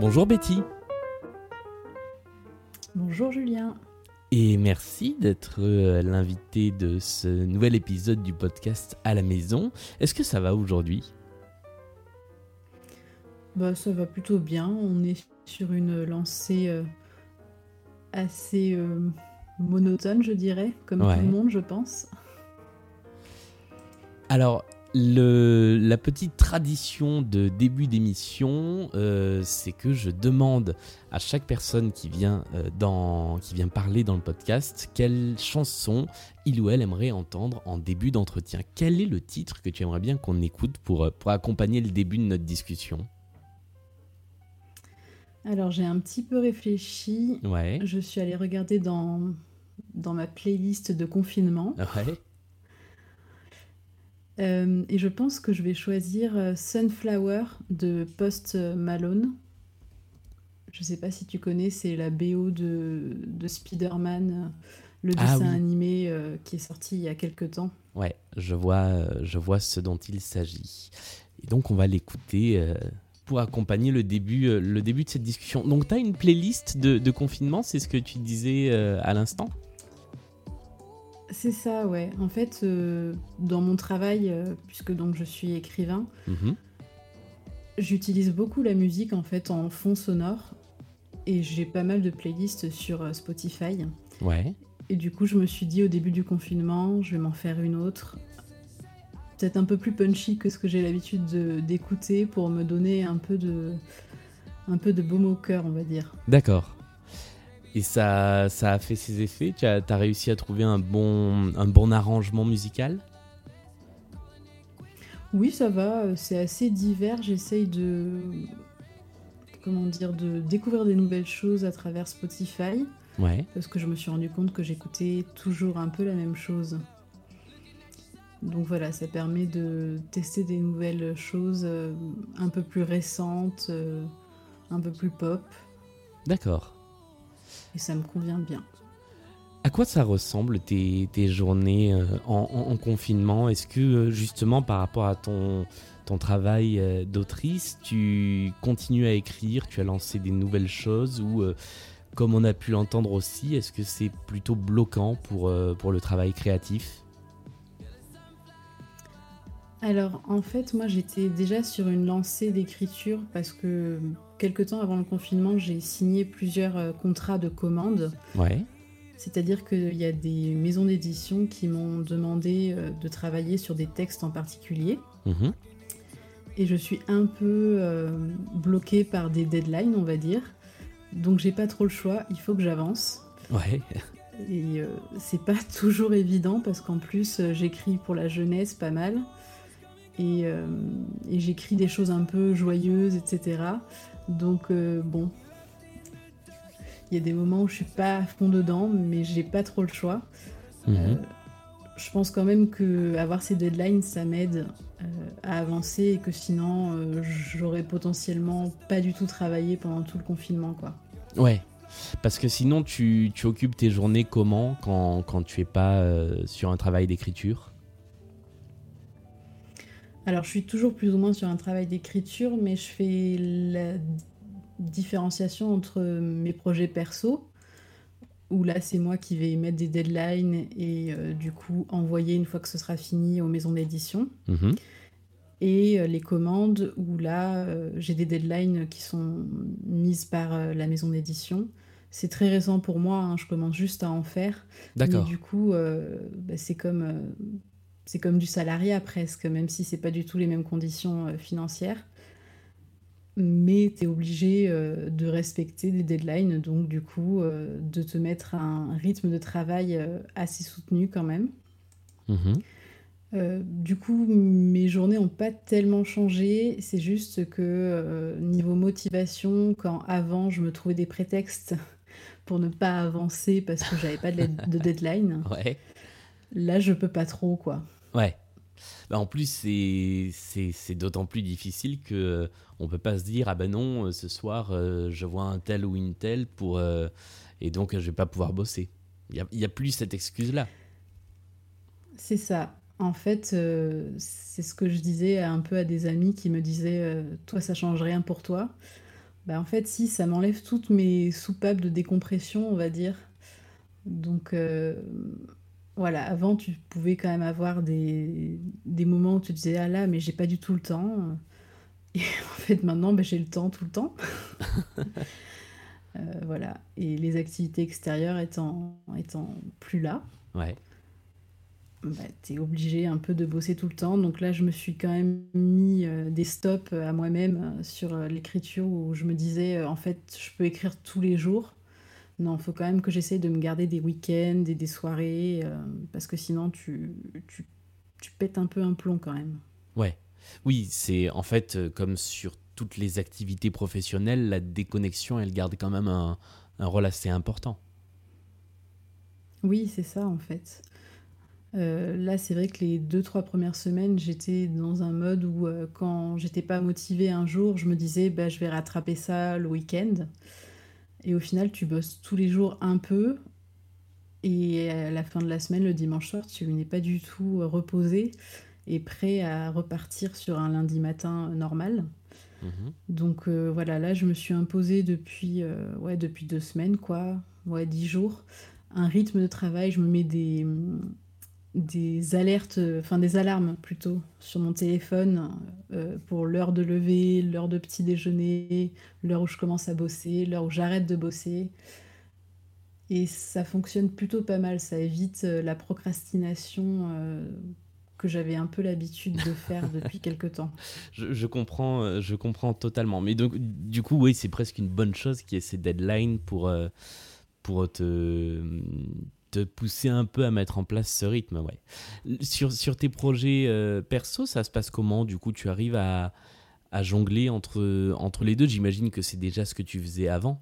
Bonjour Betty. Bonjour Julien. Et merci d'être l'invité de ce nouvel épisode du podcast à la maison. Est-ce que ça va aujourd'hui ? Ça va plutôt bien. On est sur une lancée assez monotone, je dirais, comme tout le monde, je pense. Alors, la petite tradition de début d'émission, c'est que je demande à chaque personne qui vient parler dans le podcast quelle chanson il ou elle aimerait entendre en début d'entretien. Quel est le titre que tu aimerais bien qu'on écoute pour accompagner le début de notre discussion ? Alors, j'ai un petit peu réfléchi. Ouais. Je suis allée regarder dans ma playlist de confinement. Ouais. Et je pense que je vais choisir Sunflower de Post Malone. Je sais pas si tu connais, c'est la BO de Spider-Man, le dessin animé qui est sorti il y a quelques temps. Ouais, je vois ce dont il s'agit. Et donc on va l'écouter pour accompagner le début de cette discussion. Donc tu as une playlist de confinement, c'est ce que tu disais à l'instant ? C'est ça, ouais. En fait, dans mon travail, puisque donc je suis écrivain, j'utilise beaucoup la musique en fait en fond sonore et j'ai pas mal de playlists sur Spotify. Ouais. Et du coup, je me suis dit au début du confinement, je vais m'en faire une autre, peut-être un peu plus punchy que ce que j'ai l'habitude d'écouter pour me donner un peu de baume au cœur, on va dire. D'accord. Et ça a fait ses effets ? Tu as réussi à trouver un bon arrangement musical ? Oui, ça va, c'est assez divers. J'essaye de découvrir des nouvelles choses à travers Spotify. Ouais. Parce que je me suis rendu compte que j'écoutais toujours un peu la même chose. Donc voilà, ça permet de tester des nouvelles choses un peu plus récentes, un peu plus pop. D'accord. Et ça me convient bien. À quoi ça ressemble tes journées en confinement ? Est-ce que justement par rapport à ton travail d'autrice, tu continues à écrire, tu as lancé des nouvelles choses ou comme on a pu l'entendre aussi, est-ce que c'est plutôt bloquant pour le travail créatif ? Alors en fait, moi j'étais déjà sur une lancée d'écriture parce que quelque temps avant le confinement, j'ai signé plusieurs contrats de commande. Ouais. C'est-à-dire qu'il y a des maisons d'édition qui m'ont demandé de travailler sur des textes en particulier. Et je suis un peu bloquée par des deadlines, on va dire. Donc j'ai pas trop le choix, il faut que j'avance. Ouais. Et c'est pas toujours évident parce qu'en plus j'écris pour la jeunesse pas mal. Et j'écris des choses un peu joyeuses, etc. Donc bon, il y a des moments où je suis pas à fond dedans, mais j'ai pas trop le choix. Je pense quand même que avoir ces deadlines, ça m'aide à avancer et que sinon, j'aurais potentiellement pas du tout travaillé pendant tout le confinement, quoi. Ouais. Parce que sinon, tu occupes tes journées comment quand tu es pas sur un travail d'écriture ? Alors, je suis toujours plus ou moins sur un travail d'écriture, mais je fais la différenciation entre mes projets perso, où là, c'est moi qui vais mettre des deadlines et du coup envoyer une fois que ce sera fini aux maisons d'édition. Et les commandes, où là, j'ai des deadlines qui sont mises par la maison d'édition. C'est très récent pour moi, hein, je commence juste à en faire. D'accord. Mais du coup, c'est comme du salariat presque, même si c'est pas du tout les mêmes conditions financières. Mais tu es obligé de respecter des deadlines, donc du coup, de te mettre un rythme de travail assez soutenu quand même. Du coup, mes journées n'ont pas tellement changé. C'est juste que niveau motivation, quand avant je me trouvais des prétextes pour ne pas avancer parce que j'avais pas de deadline, Ouais. là je peux pas trop, quoi. Ouais. Bah en plus, c'est d'autant plus difficile que on peut pas se dire ah ben non, ce soir je vois un tel ou une telle et donc je vais pas pouvoir bosser. Il y a plus cette excuse-là. C'est ça. En fait, c'est ce que je disais un peu à des amis qui me disaient toi, ça change rien pour toi. Bah, en fait, si, ça m'enlève toutes mes soupapes de décompression, on va dire. Donc, voilà, avant, tu pouvais quand même avoir des moments où tu te disais, ah là, mais j'ai pas du tout le temps. Et en fait, maintenant, bah, j'ai le temps tout le temps. Voilà. Et les activités extérieures étant plus là, Ouais. bah, tu es obligé un peu de bosser tout le temps. Donc là, je me suis quand même mis des stops à moi-même sur l'écriture où je me disais, en fait, je peux écrire tous les jours. Non, il faut quand même que j'essaye de me garder des week-ends et des soirées, parce que sinon tu pètes un peu un plomb quand même. Ouais. Oui, c'est en fait comme sur toutes les activités professionnelles, la déconnexion, elle garde quand même un rôle assez important. Oui, c'est ça en fait. Là, c'est vrai que les 2, 3 premières semaines, j'étais dans un mode où quand j'étais pas motivée un jour, je me disais bah, je vais rattraper ça le week-end. Et au final, tu bosses tous les jours un peu. Et à la fin de la semaine, le dimanche soir, tu n'es pas du tout reposé et prêt à repartir sur un lundi matin normal. Mhm. Donc voilà, là, je me suis imposée ouais, depuis 2 semaines, quoi, ouais, 10 jours, un rythme de travail. Je me mets des alertes, enfin des alarmes plutôt, sur mon téléphone pour l'heure de lever, l'heure de petit déjeuner, l'heure où je commence à bosser, l'heure où j'arrête de bosser. Et ça fonctionne plutôt pas mal, ça évite la procrastination que j'avais un peu l'habitude de faire depuis quelque temps. Je comprends totalement. Mais donc, du coup, oui, c'est presque une bonne chose qu'il y ait ces deadlines pour te pousser un peu à mettre en place ce rythme. Ouais. Sur tes projets perso, ça se passe comment? Du coup, tu arrives à jongler entre les deux. J'imagine que c'est déjà ce que tu faisais avant.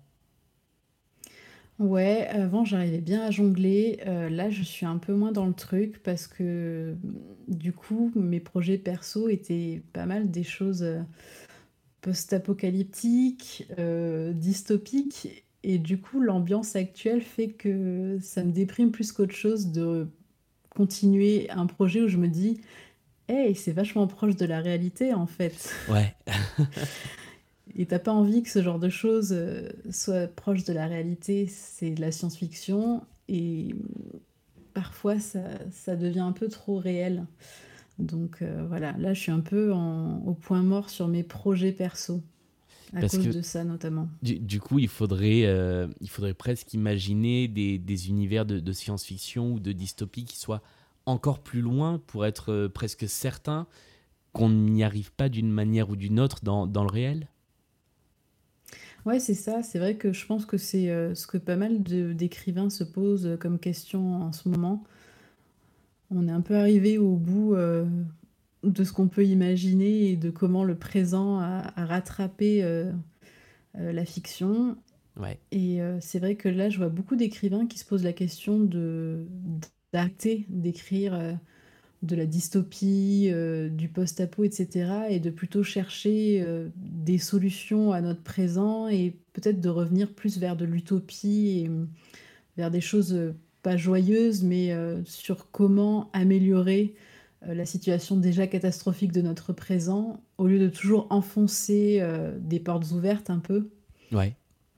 Ouais, avant j'arrivais bien à jongler, là je suis un peu moins dans le truc parce que du coup mes projets perso étaient pas mal des choses post-apocalyptiques, dystopiques et du coup l'ambiance actuelle fait que ça me déprime plus qu'autre chose de continuer un projet où je me dis hey, c'est vachement proche de la réalité en fait. Ouais. Et t'as pas envie que ce genre de choses soit proche de la réalité, c'est de la science-fiction et parfois ça devient un peu trop réel. Donc voilà, là je suis un peu au point mort sur mes projets perso, à Parce cause que de ça notamment. du coup, il faudrait presque imaginer des univers de science-fiction ou de dystopie qui soient encore plus loin pour être presque certain qu'on n'y arrive pas d'une manière ou d'une autre dans le réel. Ouais, c'est ça, c'est vrai que je pense que c'est ce que pas mal d'écrivains se posent comme question en ce moment. On est un peu arrivé au bout de ce qu'on peut imaginer et de comment le présent a rattrapé la fiction. Ouais, Et c'est vrai que là, je vois beaucoup d'écrivains qui se posent la question d'arrêter d'écrire de la dystopie, du post-apo, etc. et de plutôt chercher des solutions à notre présent et peut-être de revenir plus vers de l'utopie et vers des choses pas joyeuses, mais sur comment améliorer la situation déjà catastrophique de notre présent, au lieu de toujours enfoncer des portes ouvertes un peu. ouais.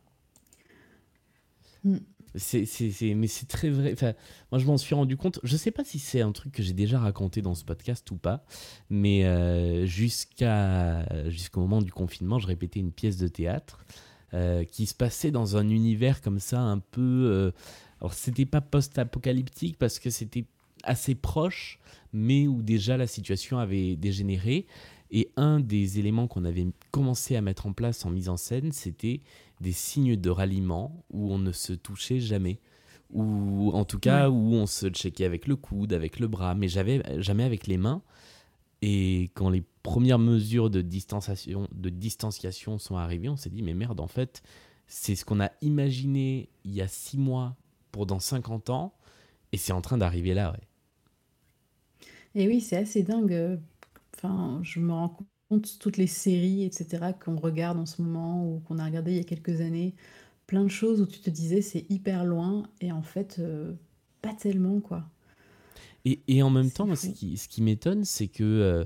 Mm. Mais c'est très vrai. Enfin, moi, je m'en suis rendu compte. Je sais pas si c'est un truc que j'ai déjà raconté dans ce podcast ou pas, mais jusqu'au moment du confinement, je répétais une pièce de théâtre qui se passait dans un univers comme ça, un peu. Alors, c'était pas post-apocalyptique parce que c'était assez proche, mais où déjà la situation avait dégénéré. Et un des éléments qu'on avait commencé à mettre en place en mise en scène, c'était des signes de ralliement où on ne se touchait jamais. Ou en tout cas Ouais. où on se checkait avec le coude, avec le bras, mais jamais avec les mains. Et quand les premières mesures de distanciation sont arrivées, on s'est dit, mais merde, en fait, c'est ce qu'on a imaginé il y a 6 mois pour dans 50 ans, et c'est en train d'arriver là, ouais. Et oui, c'est assez dingue. Enfin, je me rends compte, toutes les séries, etc., qu'on regarde en ce moment ou qu'on a regardé il y a quelques années, plein de choses où tu te disais c'est hyper loin et en fait, pas tellement, quoi. Et en même temps, C'est moi, fou. ce qui m'étonne, c'est que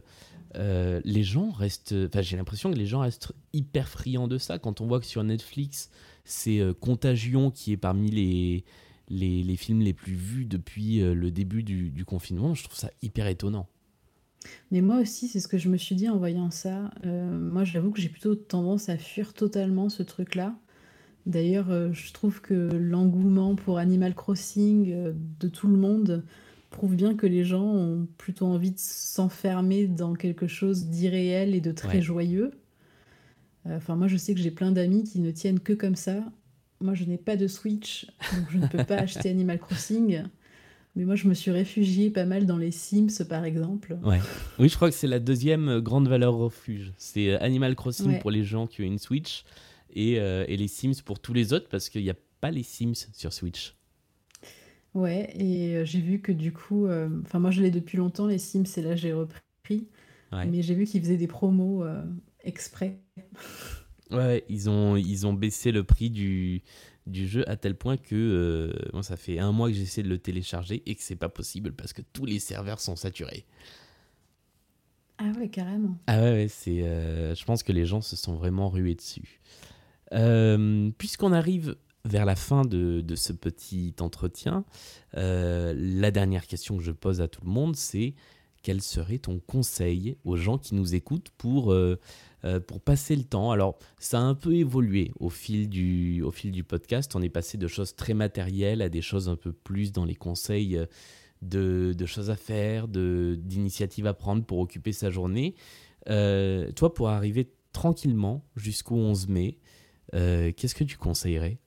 les gens restent... Enfin, j'ai l'impression que les gens restent hyper friands de ça. Quand on voit que sur Netflix, c'est Contagion qui est parmi les films les plus vus depuis le début du confinement, je trouve ça hyper étonnant. Mais moi aussi, c'est ce que je me suis dit en voyant ça. Moi, j'avoue que j'ai plutôt tendance à fuir totalement ce truc-là. D'ailleurs, je trouve que l'engouement pour Animal Crossing de tout le monde prouve bien que les gens ont plutôt envie de s'enfermer dans quelque chose d'irréel et de très Ouais. joyeux. Enfin, moi, je sais que j'ai plein d'amis qui ne tiennent que comme ça. Moi, je n'ai pas de Switch, donc je ne peux pas acheter Animal Crossing. Mais moi, je me suis réfugiée pas mal dans les Sims, par exemple. Ouais. Oui, je crois que c'est la deuxième grande valeur refuge. C'est Animal Crossing Ouais, pour les gens qui ont une Switch et les Sims pour tous les autres parce qu'il n'y a pas les Sims sur Switch. ouais, et j'ai vu que du coup, enfin, moi, je l'ai depuis longtemps, les Sims, et là, j'ai repris. Ouais. Mais j'ai vu qu'ils faisaient des promos exprès. Ouais, ouais, ils ont baissé le prix du jeu à tel point que bon, ça fait un mois que j'essaie de le télécharger et que c'est pas possible parce que tous les serveurs sont saturés. Ah ouais, carrément. Ah ouais, ouais, je pense que les gens se sont vraiment rués dessus. Puisqu'on arrive vers la fin de ce petit entretien, la dernière question que je pose à tout le monde, c'est quel serait ton conseil aux gens qui nous écoutent pour passer le temps? Alors, ça a un peu évolué au fil du podcast. On est passé de choses très matérielles à des choses un peu plus dans les conseils de choses à faire, d'initiatives à prendre pour occuper sa journée. Toi, pour arriver tranquillement jusqu'au 11 mai, qu'est-ce que tu conseillerais?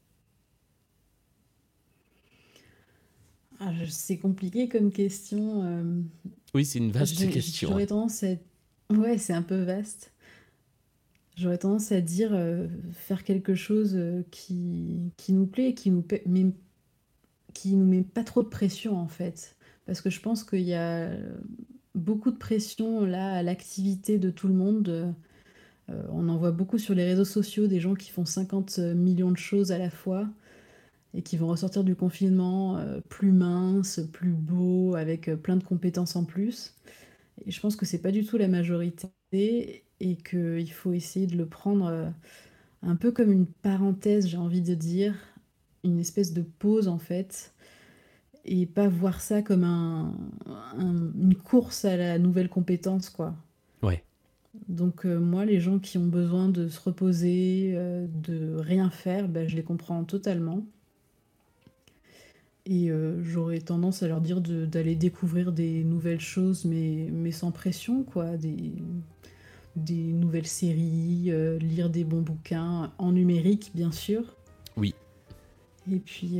Ah, c'est compliqué comme question. Oui, c'est une vaste question, hein. J'aurais tendance à être... Ouais, c'est un peu vaste. J'aurais tendance à dire faire quelque chose qui nous plaît et qui nous met pas trop de pression en fait. Parce que je pense qu'il y a beaucoup de pression là à l'activité de tout le monde. On en voit beaucoup sur les réseaux sociaux, des gens qui font 50 millions de choses à la fois et qui vont ressortir du confinement plus minces, plus beaux, avec plein de compétences en plus. Et je pense que c'est pas du tout la majorité et qu'il faut essayer de le prendre un peu comme une parenthèse, j'ai envie de dire, une espèce de pause en fait, et pas voir ça comme une course à la nouvelle compétence, quoi. Ouais. Donc moi, les gens qui ont besoin de se reposer, de rien faire, ben, je les comprends totalement. Et j'aurais tendance à leur dire d'aller découvrir des nouvelles choses, mais sans pression, quoi. Des nouvelles séries, lire des bons bouquins, en numérique, bien sûr. Oui. Et puis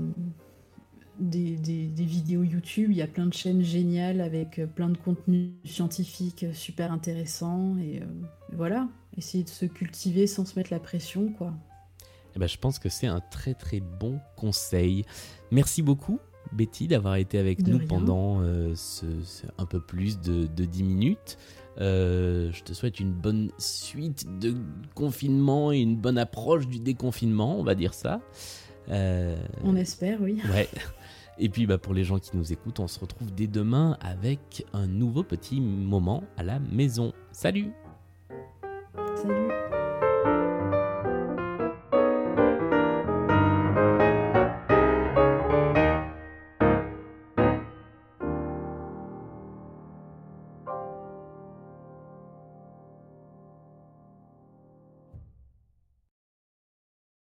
des vidéos YouTube, il y a plein de chaînes géniales avec plein de contenus scientifiques super intéressants. Et voilà, essayer de se cultiver sans se mettre la pression, quoi. Eh ben, je pense que c'est un très très bon conseil. Merci beaucoup, Betty, d'avoir été avec De nous rien. pendant un peu plus de 10 minutes. Je te souhaite une bonne suite de confinement et une bonne approche du déconfinement, on va dire ça. On espère, oui. Ouais. Et puis bah, pour les gens qui nous écoutent, on se retrouve dès demain avec un nouveau petit moment à la maison. Salut! Salut!